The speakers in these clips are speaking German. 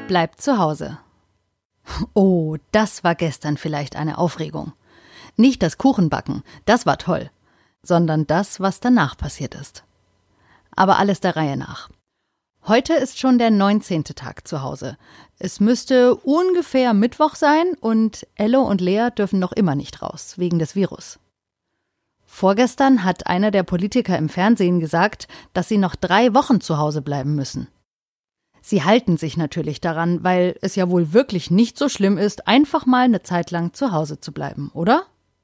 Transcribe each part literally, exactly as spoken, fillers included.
bleibt zu Hause. Oh, das war gestern vielleicht eine Aufregung. Nicht das Kuchenbacken, das war toll, sondern das, was danach passiert ist. Aber alles der Reihe nach. Heute ist schon der neunzehnte Tag zu Hause. Es müsste ungefähr Mittwoch sein und Ello und Lea dürfen noch immer nicht raus, wegen des Virus. Vorgestern hat einer der Politiker im Fernsehen gesagt, dass sie noch drei Wochen zu Hause bleiben müssen. Sie halten sich natürlich daran, weil es ja wohl wirklich nicht so schlimm ist, einfach mal eine Zeit lang zu Hause zu bleiben, oder?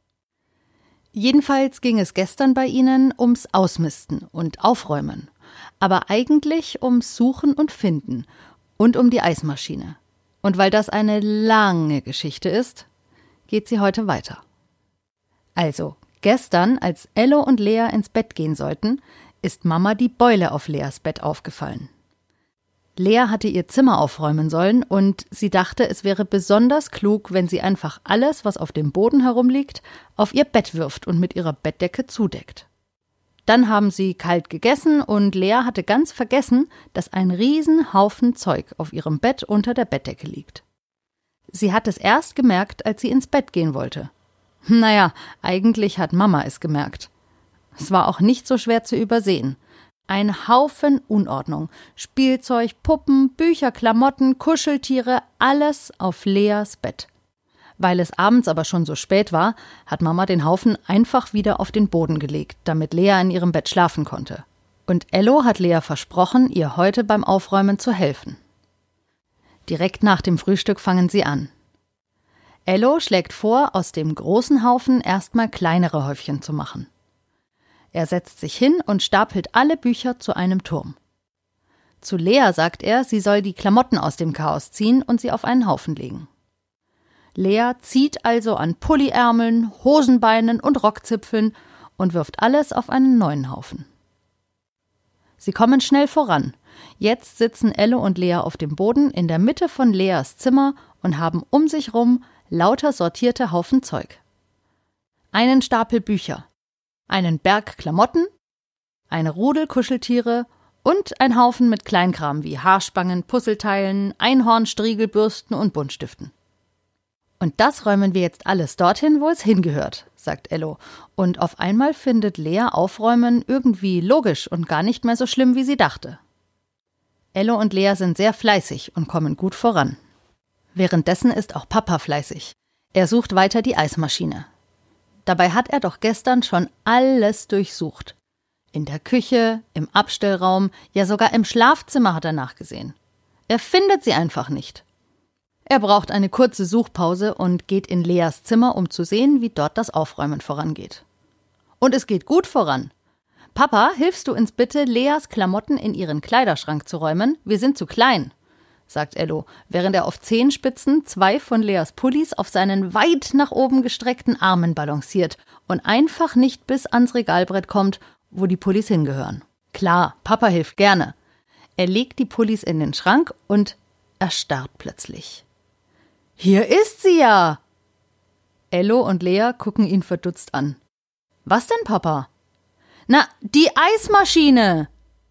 Jedenfalls ging es gestern bei ihnen ums Ausmisten und Aufräumen, aber eigentlich ums Suchen und Finden und um die Eismaschine. Und weil das eine lange Geschichte ist, geht sie heute weiter. Also, gestern, als Ello und Lea ins Bett gehen sollten, ist Mama die Beule auf Leas Bett aufgefallen. Lea hatte ihr Zimmer aufräumen sollen und sie dachte, es wäre besonders klug, wenn sie einfach alles, was auf dem Boden herumliegt, auf ihr Bett wirft und mit ihrer Bettdecke zudeckt. Dann haben sie kalt gegessen und Lea hatte ganz vergessen, dass ein Riesenhaufen Zeug auf ihrem Bett unter der Bettdecke liegt. Sie hat es erst gemerkt, als sie ins Bett gehen wollte. Naja, eigentlich hat Mama es gemerkt. Es war auch nicht so schwer zu übersehen. Ein Haufen Unordnung. Spielzeug, Puppen, Bücher, Klamotten, Kuscheltiere, alles auf Leas Bett. Weil es abends aber schon so spät war, hat Mama den Haufen einfach wieder auf den Boden gelegt, damit Lea in ihrem Bett schlafen konnte. Und Ello hat Lea versprochen, ihr heute beim Aufräumen zu helfen. Direkt nach dem Frühstück fangen sie an. Ello schlägt vor, aus dem großen Haufen erstmal kleinere Häufchen zu machen. Er setzt sich hin und stapelt alle Bücher zu einem Turm. Zu Lea sagt er, sie soll die Klamotten aus dem Chaos ziehen und sie auf einen Haufen legen. Lea zieht also an Pulliärmeln, Hosenbeinen und Rockzipfeln und wirft alles auf einen neuen Haufen. Sie kommen schnell voran. Jetzt sitzen Ello und Lea auf dem Boden in der Mitte von Leas Zimmer und haben um sich rum lauter sortierte Haufen Zeug. Einen Stapel Bücher, einen Berg Klamotten, eine Rudel Kuscheltiere und ein Haufen mit Kleinkram wie Haarspangen, Puzzleteilen, Einhornstriegelbürsten und Buntstiften. Und das räumen wir jetzt alles dorthin, wo es hingehört, sagt Ello. Und auf einmal findet Lea Aufräumen irgendwie logisch und gar nicht mehr so schlimm, wie sie dachte. Ello und Lea sind sehr fleißig und kommen gut voran. Währenddessen ist auch Papa fleißig. Er sucht weiter die Eismaschine. Dabei hat er doch gestern schon alles durchsucht. In der Küche, im Abstellraum, ja sogar im Schlafzimmer hat er nachgesehen. Er findet sie einfach nicht. Er braucht eine kurze Suchpause und geht in Leas Zimmer, um zu sehen, wie dort das Aufräumen vorangeht. Und es geht gut voran. Papa, hilfst du uns bitte, Leas Klamotten in ihren Kleiderschrank zu räumen? Wir sind zu klein, sagt Ello, während er auf Zehenspitzen zwei von Leas Pullis auf seinen weit nach oben gestreckten Armen balanciert und einfach nicht bis ans Regalbrett kommt, wo die Pullis hingehören. Klar, Papa hilft gerne. Er legt die Pullis in den Schrank und erstarrt plötzlich. Hier ist sie ja! Ello und Lea gucken ihn verdutzt an. Was denn, Papa? Na, die Eismaschine!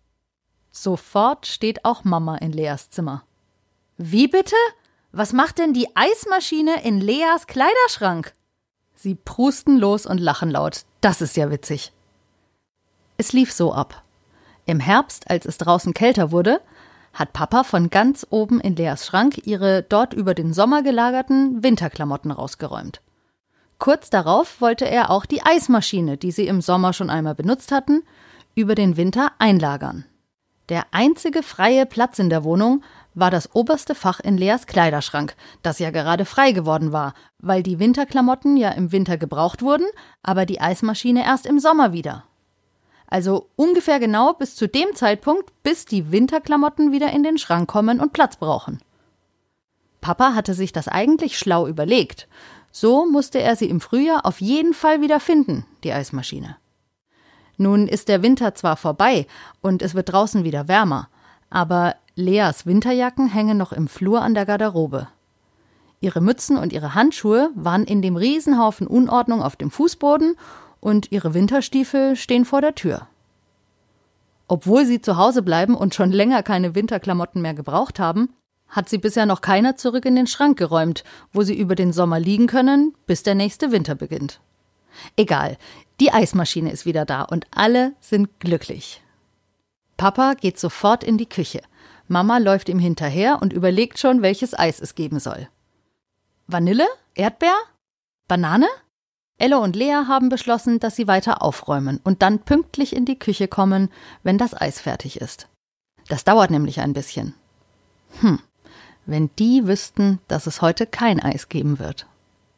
Sofort steht auch Mama in Leas Zimmer. Wie bitte? Was macht denn die Eismaschine in Leas Kleiderschrank? Sie prusten los und lachen laut. Das ist ja witzig. Es lief so ab. Im Herbst, als es draußen kälter wurde, hat Papa von ganz oben in Leas Schrank ihre dort über den Sommer gelagerten Winterklamotten rausgeräumt. Kurz darauf wollte er auch die Eismaschine, die sie im Sommer schon einmal benutzt hatten, über den Winter einlagern. Der einzige freie Platz in der Wohnung war das oberste Fach in Leas Kleiderschrank, das ja gerade frei geworden war, weil die Winterklamotten ja im Winter gebraucht wurden, aber die Eismaschine erst im Sommer wieder. Also ungefähr genau bis zu dem Zeitpunkt, bis die Winterklamotten wieder in den Schrank kommen und Platz brauchen. Papa hatte sich das eigentlich schlau überlegt. So musste er sie im Frühjahr auf jeden Fall wieder finden, die Eismaschine. Nun ist der Winter zwar vorbei und es wird draußen wieder wärmer, aber Leas Winterjacken hängen noch im Flur an der Garderobe. Ihre Mützen und ihre Handschuhe waren in dem Riesenhaufen Unordnung auf dem Fußboden und ihre Winterstiefel stehen vor der Tür. Obwohl sie zu Hause bleiben und schon länger keine Winterklamotten mehr gebraucht haben, hat sie bisher noch keiner zurück in den Schrank geräumt, wo sie über den Sommer liegen können, bis der nächste Winter beginnt. Egal, die Eismaschine ist wieder da und alle sind glücklich. Papa geht sofort in die Küche. Mama läuft ihm hinterher und überlegt schon, welches Eis es geben soll. Vanille? Erdbeer? Banane? Ello und Lea haben beschlossen, dass sie weiter aufräumen und dann pünktlich in die Küche kommen, wenn das Eis fertig ist. Das dauert nämlich ein bisschen. Hm, wenn die wüssten, dass es heute kein Eis geben wird.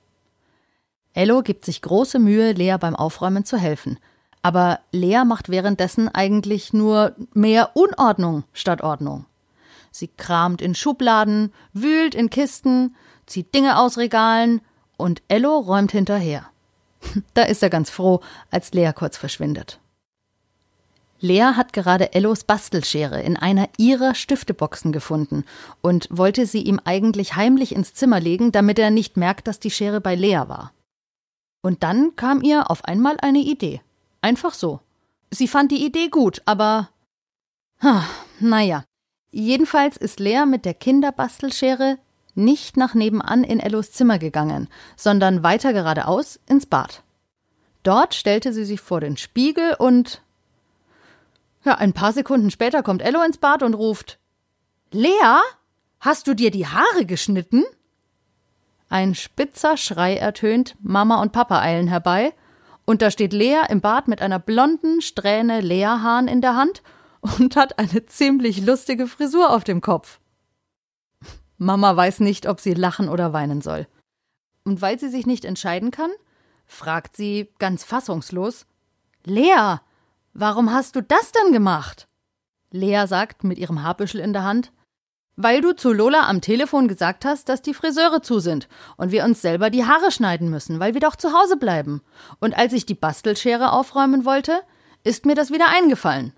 Ello gibt sich große Mühe, Lea beim Aufräumen zu helfen. Aber Lea macht währenddessen eigentlich nur mehr Unordnung statt Ordnung. Sie kramt in Schubladen, wühlt in Kisten, zieht Dinge aus Regalen und Ello räumt hinterher. Da ist er ganz froh, als Lea kurz verschwindet. Lea hat gerade Ellos Bastelschere in einer ihrer Stifteboxen gefunden und wollte sie ihm eigentlich heimlich ins Zimmer legen, damit er nicht merkt, dass die Schere bei Lea war. Und dann kam ihr auf einmal eine Idee. Einfach so. Sie fand die Idee gut, aber... Ha, naja. Jedenfalls ist Lea mit der Kinderbastelschere nicht nach nebenan in Ellos Zimmer gegangen, sondern weiter geradeaus ins Bad. Dort stellte sie sich vor den Spiegel und... Ja, ein paar Sekunden später kommt Ello ins Bad und ruft: »Lea, hast du dir die Haare geschnitten?« Ein spitzer Schrei ertönt, Mama und Papa eilen herbei, und da steht Lea im Bad mit einer blonden Strähne Lea-Haaren in der Hand und hat eine ziemlich lustige Frisur auf dem Kopf. Mama weiß nicht, ob sie lachen oder weinen soll. Und weil sie sich nicht entscheiden kann, fragt sie ganz fassungslos: »Lea, warum hast du das denn gemacht?« Lea sagt mit ihrem Haarbüschel in der Hand: »Weil du zu Lola am Telefon gesagt hast, dass die Friseure zu sind und wir uns selber die Haare schneiden müssen, weil wir doch zu Hause bleiben. Und als ich die Bastelschere aufräumen wollte, ist mir das wieder eingefallen.«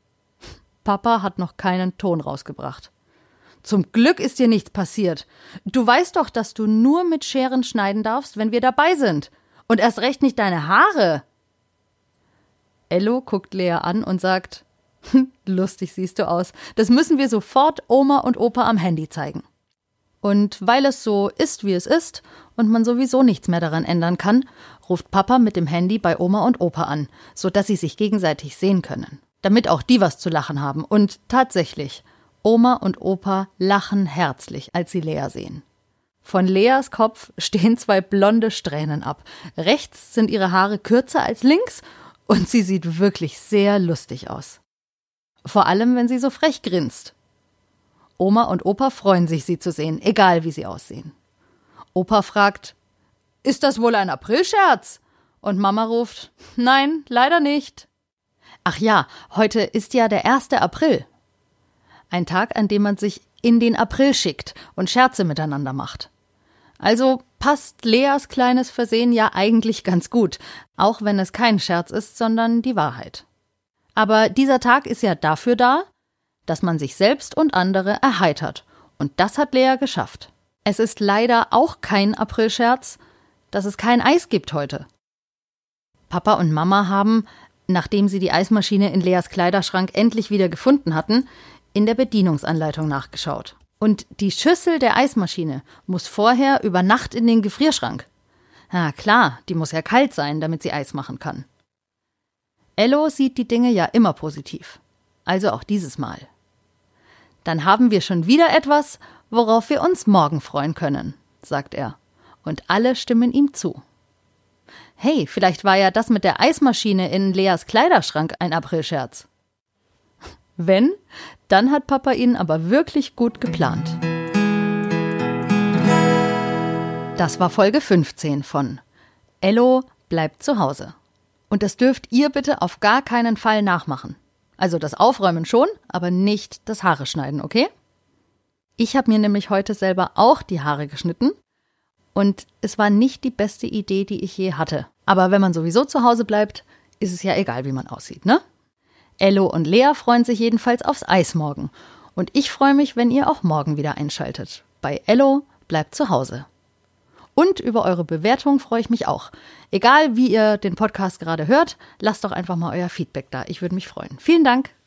Papa hat noch keinen Ton rausgebracht. »Zum Glück ist dir nichts passiert. Du weißt doch, dass du nur mit Scheren schneiden darfst, wenn wir dabei sind. Und erst recht nicht deine Haare.« Ello guckt Lea an und sagt: »Lustig siehst du aus. Das müssen wir sofort Oma und Opa am Handy zeigen.« Und weil es so ist, wie es ist und man sowieso nichts mehr daran ändern kann, ruft Papa mit dem Handy bei Oma und Opa an, sodass sie sich gegenseitig sehen können. Damit auch die was zu lachen haben. Und tatsächlich, Oma und Opa lachen herzlich, als sie Lea sehen. Von Leas Kopf stehen zwei blonde Strähnen ab. Rechts sind ihre Haare kürzer als links und sie sieht wirklich sehr lustig aus. Vor allem, wenn sie so frech grinst. Oma und Opa freuen sich, sie zu sehen, egal wie sie aussehen. Opa fragt: »Ist das wohl ein Aprilscherz?« Und Mama ruft: »Nein, leider nicht.« Ach ja, heute ist ja der erste April. Ein Tag, an dem man sich in den April schickt und Scherze miteinander macht. Also passt Leas kleines Versehen ja eigentlich ganz gut, auch wenn es kein Scherz ist, sondern die Wahrheit. Aber dieser Tag ist ja dafür da, dass man sich selbst und andere erheitert. Und das hat Lea geschafft. Es ist leider auch kein Aprilscherz, dass es kein Eis gibt heute. Papa und Mama haben, nachdem sie die Eismaschine in Leas Kleiderschrank endlich wieder gefunden hatten, in der Bedienungsanleitung nachgeschaut. Und die Schüssel der Eismaschine muss vorher über Nacht in den Gefrierschrank. Na klar, die muss ja kalt sein, damit sie Eis machen kann. Ello sieht die Dinge ja immer positiv. Also auch dieses Mal. Dann haben wir schon wieder etwas, worauf wir uns morgen freuen können, sagt er. Und alle stimmen ihm zu. Hey, vielleicht war ja das mit der Eismaschine in Leas Kleiderschrank ein Aprilscherz. Wenn, dann hat Papa ihn aber wirklich gut geplant. Das war Folge fünfzehn von Ello bleibt zu Hause. Und das dürft ihr bitte auf gar keinen Fall nachmachen. Also das Aufräumen schon, aber nicht das Haare schneiden, okay? Ich habe mir nämlich heute selber auch die Haare geschnitten und es war nicht die beste Idee, die ich je hatte. Aber wenn man sowieso zu Hause bleibt, ist es ja egal, wie man aussieht, ne? Ello und Lea freuen sich jedenfalls aufs Eis morgen. Und ich freue mich, wenn ihr auch morgen wieder einschaltet. Bei Ello bleibt zu Hause. Und über eure Bewertung freue ich mich auch. Egal, wie ihr den Podcast gerade hört, lasst doch einfach mal euer Feedback da. Ich würde mich freuen. Vielen Dank.